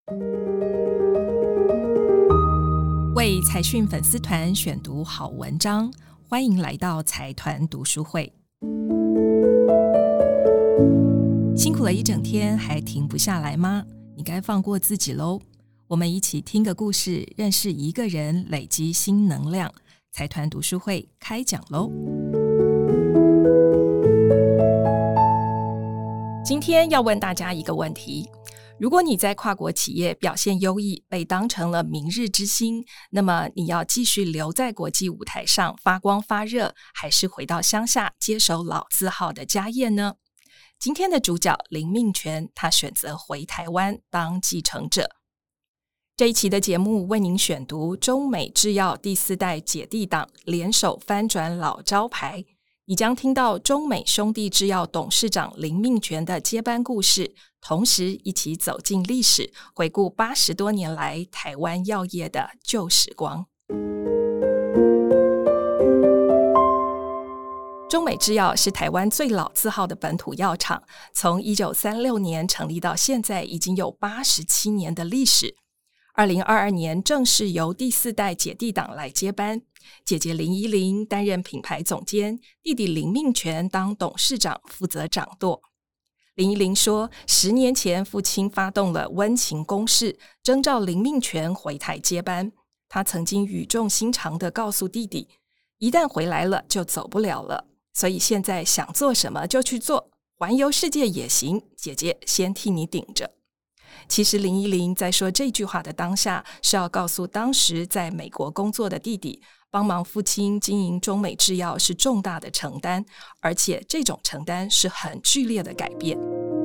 为财讯粉丝团选读好文章，欢迎来到财团读书会。辛苦了一整天，还停不下来吗？你该放过自己咯。我们一起听个故事，认识一个人，累积新能量。财团读书会开讲咯。今天要问大家一个问题，如果你在跨国企业表现优异，被当成了明日之星，那么你要继续留在国际舞台上发光发热，还是回到乡下接手老字号的家业呢？今天的主角林命全，他选择回台湾当继承者。这一期的节目为您选读中美制药第4代姐弟党联手翻转老招牌，你将听到中美兄弟制药董事长林命全的接班故事，同时一起走进历史，回顾80多年来台湾药业的旧时光。中美制药是台湾最老字号的本土药厂，从1936年成立到现在已经有87年的历史。2022年正式由第4代姐弟党来接班，姐姐林怡伶担任品牌总监，弟弟林命全当董事长，负责掌舵。林怡伶说，10年前父亲发动了温情攻势，征召林命全回台接班。他曾经语重心长地告诉弟弟，一旦回来了就走不了了，所以现在想做什么就去做，环游世界也行，姐姐先替你顶着。其实林怡伶在说这句话的当下，是要告诉当时在美国工作的弟弟，帮忙父亲经营中美制药是重大的承担，而且这种承担是很剧烈的改变。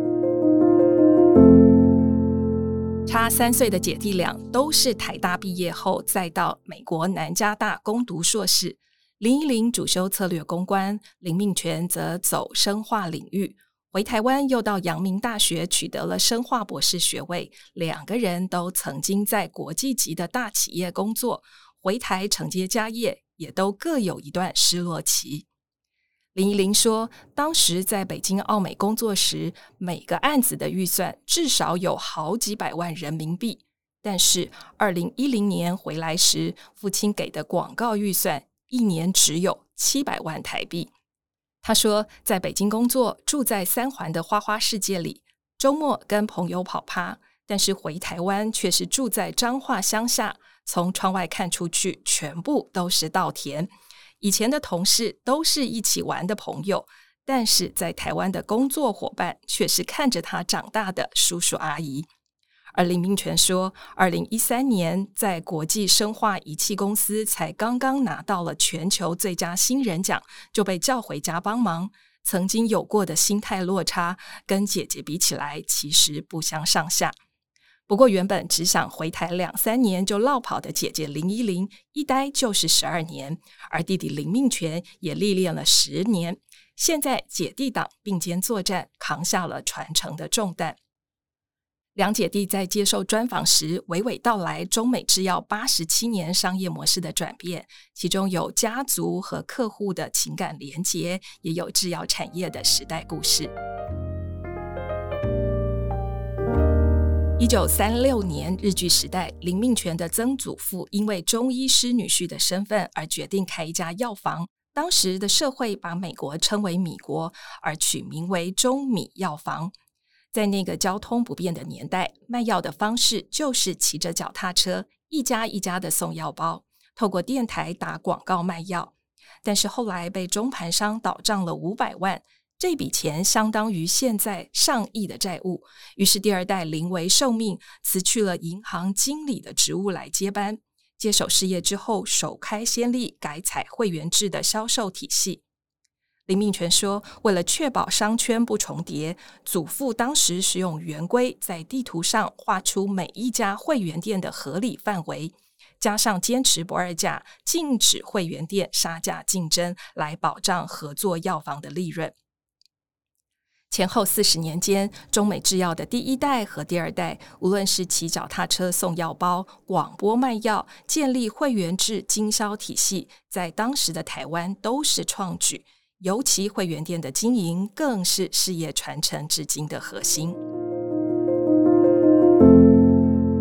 差3岁的姐弟俩都是台大毕业后再到美国南加大攻读硕士，林怡伶主修策略公关，林命全则走生化领域，回台湾又到阳明大学取得了生化博士学位，两个人都曾经在国际级的大企业工作，回台承接家业，也都各有一段失落期。林怡伶说，当时在北京奥美工作时，每个案子的预算至少有好几百万人民币，但是2010年回来时，父亲给的广告预算一年只有700万台币。他说，在北京工作，住在3环的花花世界里，周末跟朋友跑趴，但是回台湾却是住在彰化乡下，从窗外看出去全部都是稻田。以前的同事都是一起玩的朋友，但是在台湾的工作伙伴却是看着他长大的叔叔阿姨。而林命全说，2013年在国际生化仪器公司才刚刚拿到了全球最佳新人奖，就被叫回家帮忙。曾经有过的心态落差，跟姐姐比起来其实不相上下。不过原本只想回台2-3年就落跑的姐姐林怡伶，一待就是12年，而弟弟林命全也历练了10年。现在姐弟党并肩作战，扛下了传承的重担。两姐弟在接受专访时娓娓道来中美制药87年商业模式的转变，其中有家族和客户的情感连结，也有制药产业的时代故事。1936年日据时代，林命全的曾祖父因为中医师女婿的身份而决定开一家药房，当时的社会把美国称为米国，而取名为中米药房。在那个交通不便的年代，卖药的方式就是骑着脚踏车，一家一家的送药包，透过电台打广告卖药。但是后来被中盘商倒账了500万，这笔钱相当于现在上亿的债务，于是第2代临危受命，辞去了银行经理的职务来接班。接手事业之后，首开先例，改采会员制的销售体系。林命全说，为了确保商圈不重叠，祖父当时使用圆规在地图上画出每一家会员店的合理范围，加上坚持不二价，禁止会员店杀价竞争，来保障合作药房的利润。前后40年间，中美制药的第1代和第2代，无论是骑脚踏车送药包、广播卖药、建立会员制经销体系，在当时的台湾都是创举，尤其会员店的经营更是事业传承至今的核心。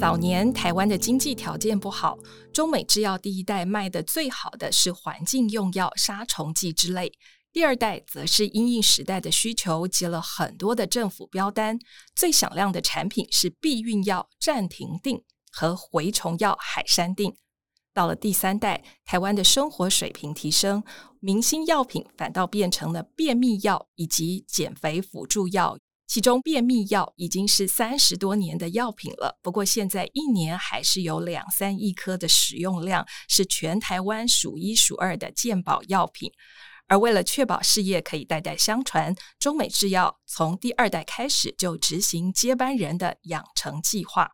早年台湾的经济条件不好，中美制药第一代卖的最好的是环境用药、杀虫剂之类，第二代则是因应时代的需求，接了很多的政府标单，最响亮的产品是避孕药暂停定和蛔虫药海山定。到了第三代，台湾的生活水平提升，明星药品反倒变成了便秘药以及减肥辅助药，其中便秘药已经是30多年的药品了，不过现在一年还是有2-3亿颗的使用量，是全台湾数一数二的健保药品。而为了确保事业可以代代相传，中美制药从第二代开始就执行接班人的养成计划。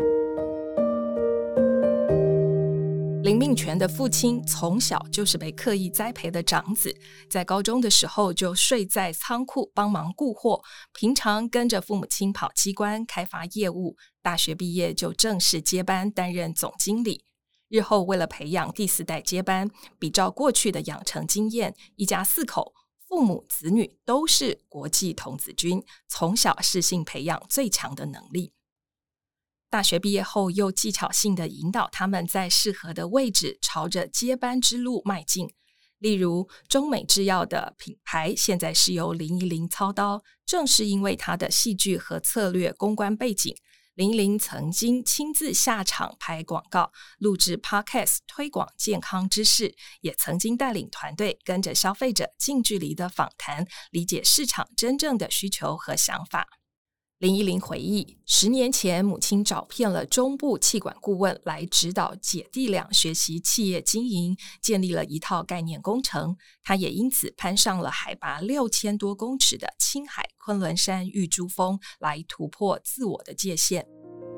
林命权的父亲从小就是被刻意栽培的长子，在高中的时候就睡在仓库帮忙顾货，平常跟着父母亲跑机关开发业务，大学毕业就正式接班担任总经理。日后为了培养第4代接班，比照过去的养成经验，一家4口，父母子女都是国际童子军，从小适性培养最强的能力。大学毕业后又技巧性地引导他们在适合的位置朝着接班之路迈进。例如中美制药的品牌现在是由林宜陵操刀，正是因为他的戏剧和策略公关背景，林宜陵曾经亲自下场拍广告，录制 Podcast 推广健康知识，也曾经带领团队跟着消费者近距离的访谈，理解市场真正的需求和想法。林宜陵回忆，10年前母亲找遍了中部企管顾问来指导姐弟俩学习企业经营，建立了一套概念工程，他也因此攀上了海拔6000多公尺的青海昆仑山玉珠峰，来突破自我的界限。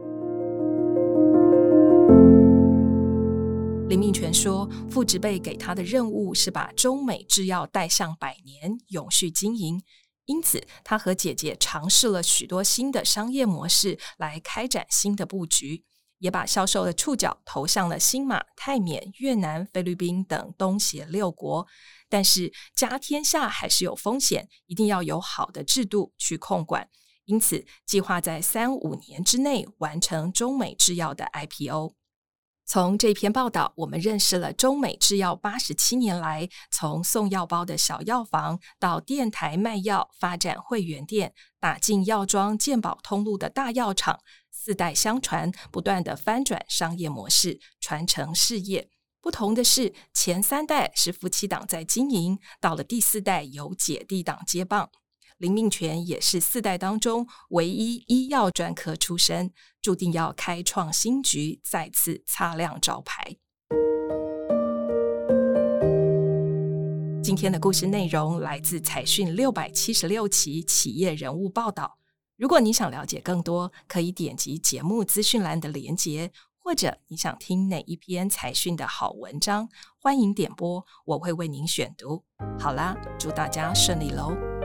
林命权说，父执辈给他的任务是把中美制药带向100年，永续经营。因此他和姐姐尝试了许多新的商业模式来开展新的布局，也把销售的触角投向了新马、泰缅、越南、菲律宾等东协6国。但是家天下还是有风险，一定要有好的制度去控管，因此计划在3-5年之内完成中美制药的 IPO。从这篇报道，我们认识了中美制药87年来从送药包的小药房到电台卖药，发展会员店，打进药庄健保通路的大药厂，4代相传，不断的翻转商业模式，传承事业。不同的是，前3代是夫妻档在经营，到了第4代由姐弟档接棒。林命权也是4代当中唯一医药专科出身，注定要开创新局，再次擦亮招牌。今天的故事内容来自财讯676期企业人物报道。如果你想了解更多，可以点击节目资讯栏的连结，或者你想听哪一篇财讯的好文章，欢迎点播，我会为您选读。好啦，祝大家顺利咯。